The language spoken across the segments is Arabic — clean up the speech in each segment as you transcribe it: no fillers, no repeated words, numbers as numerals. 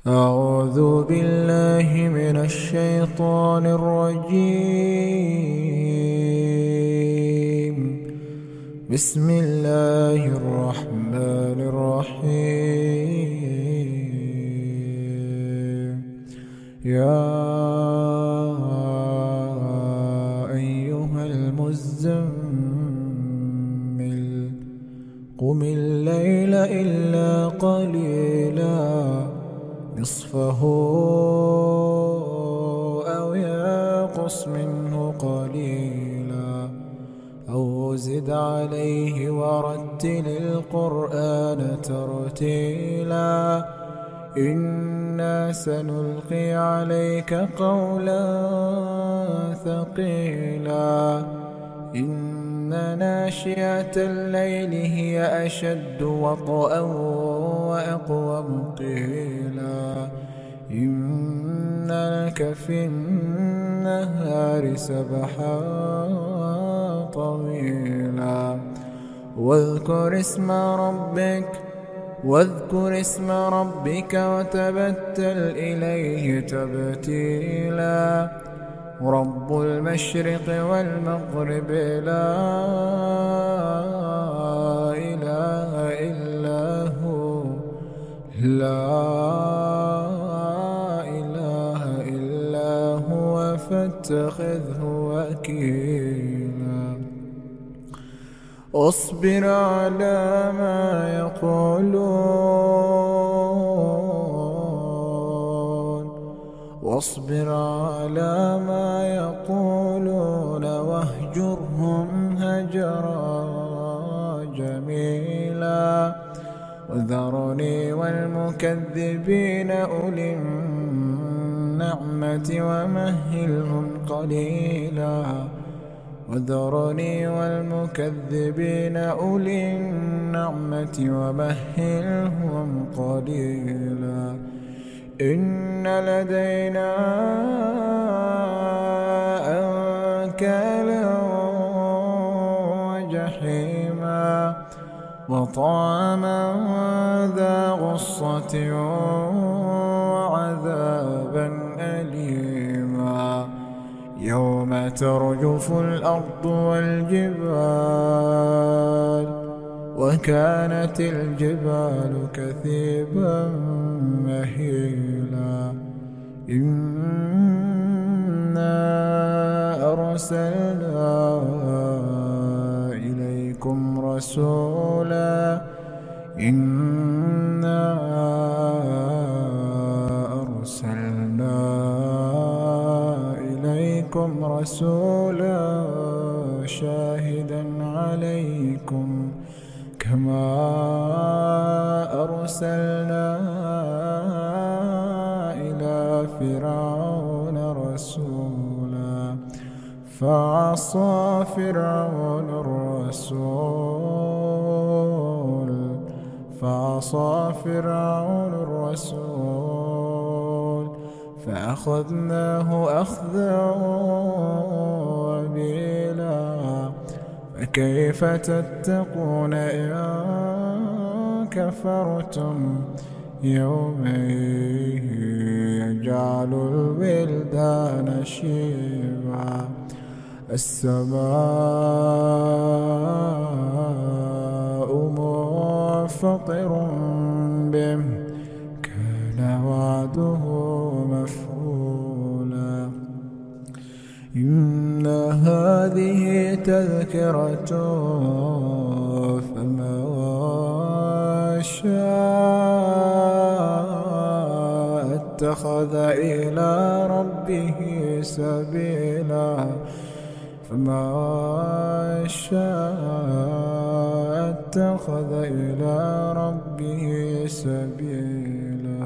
أعوذ بالله من الشيطان الرجيم. بسم الله الرحمن الرحيم. يا أيها المزمل قم الليل إلا قليلا نصفه أو ينقص منه قليلا أو زد عليه ورتل القرآن ترتيلا إنا سنلقي عليك قولا ثقيلا إن ناشئة الليل هي أشد وطئا وأقوم قيلا إن لك في النهار سبحا طويلا واذكر اسم ربك وتبتل إليه تبتيلا رب المشرق والمغرب لا إله إلا هو فاتخذه وكيلا اصبر على ما يقولون واهجرهم هجرا جميلا وذرني والمكذبين أولي النعمة ومهلهم قليلا إن لدينا أنكالا وجحيما وطعاما ذا غصة وعذابا أليما يوم ترجف الأرض والجبال وكانت الجبال كثيبا مهيلا إنا أرسلنا إليكم رسولا شاهدا عليكم كما أرسلنا إلى فرعون رسولا فعصى فرعون الرسول فأخذناه أخذا وبيلا فكيف تتقون إن كفرتم يوما يجعل الولدان شيبا السماء منفطر به كان وعده مفعولا إن هذه تذكرة فمن شاء اتخذ إلى ربه سبيلا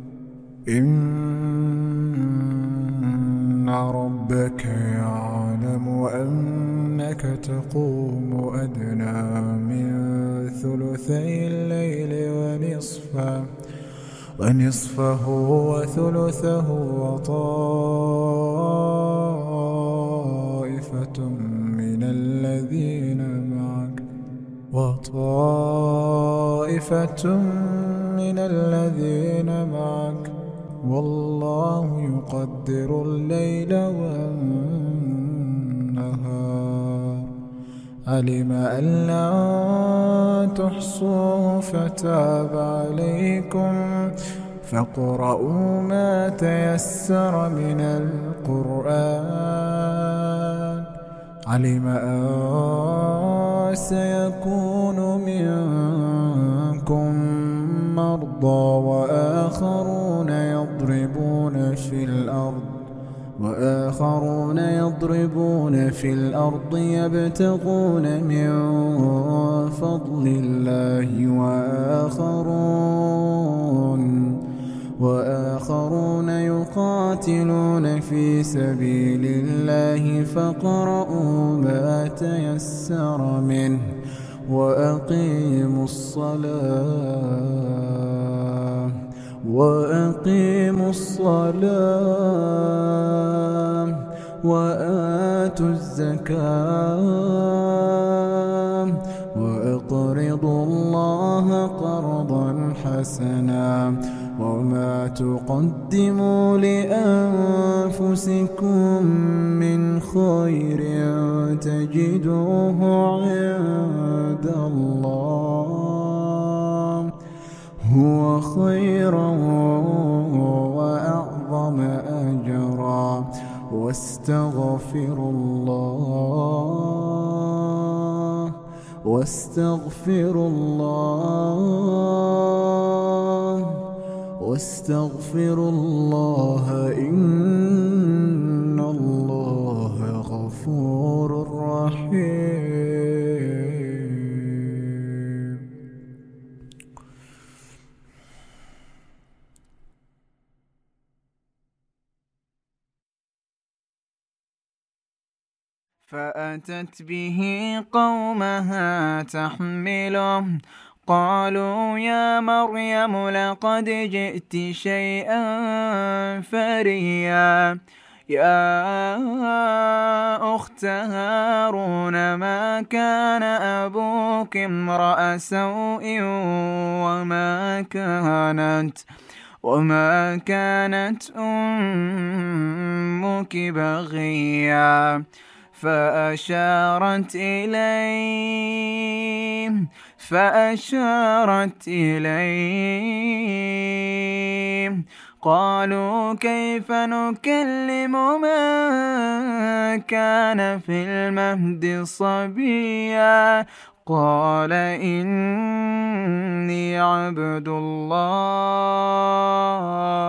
إن ربك يعلم أنك تقوم أدنى من ثلثي الليل ونصفه وثلثه وطائفة من الذين معك وطائفة من الذين معك والله يقدر الليل والنهار. علم أن لا تحصوه فتاب عليكم فاقرؤوا ما تيسر من القرآن. علم أن سيكون منكم مرضى وآخرون يضربون في الأرض يبتغون من فضل الله وآخرون يقاتلون في سبيل الله فاقرؤوا ما تيسر منه وأقيموا الصلاة وآتوا الزكاة وأقرضوا الله قرضا حسنا وما تقدموا لأنفسكم من خير تجدوه عند الله هو خيرا وأعظم أجرا واستغفروا الله إن الله غفور رحيم. فأتت به قومها تحمله قالوا يا مريم لقد جئت شيئا فريا يا أخت هارون ما كان أبوك امرأ سوء وما كانت أمك بغيا فأشارت إليه قالوا كيف نكلم من كان في المهد صبيا قال إني عبد الله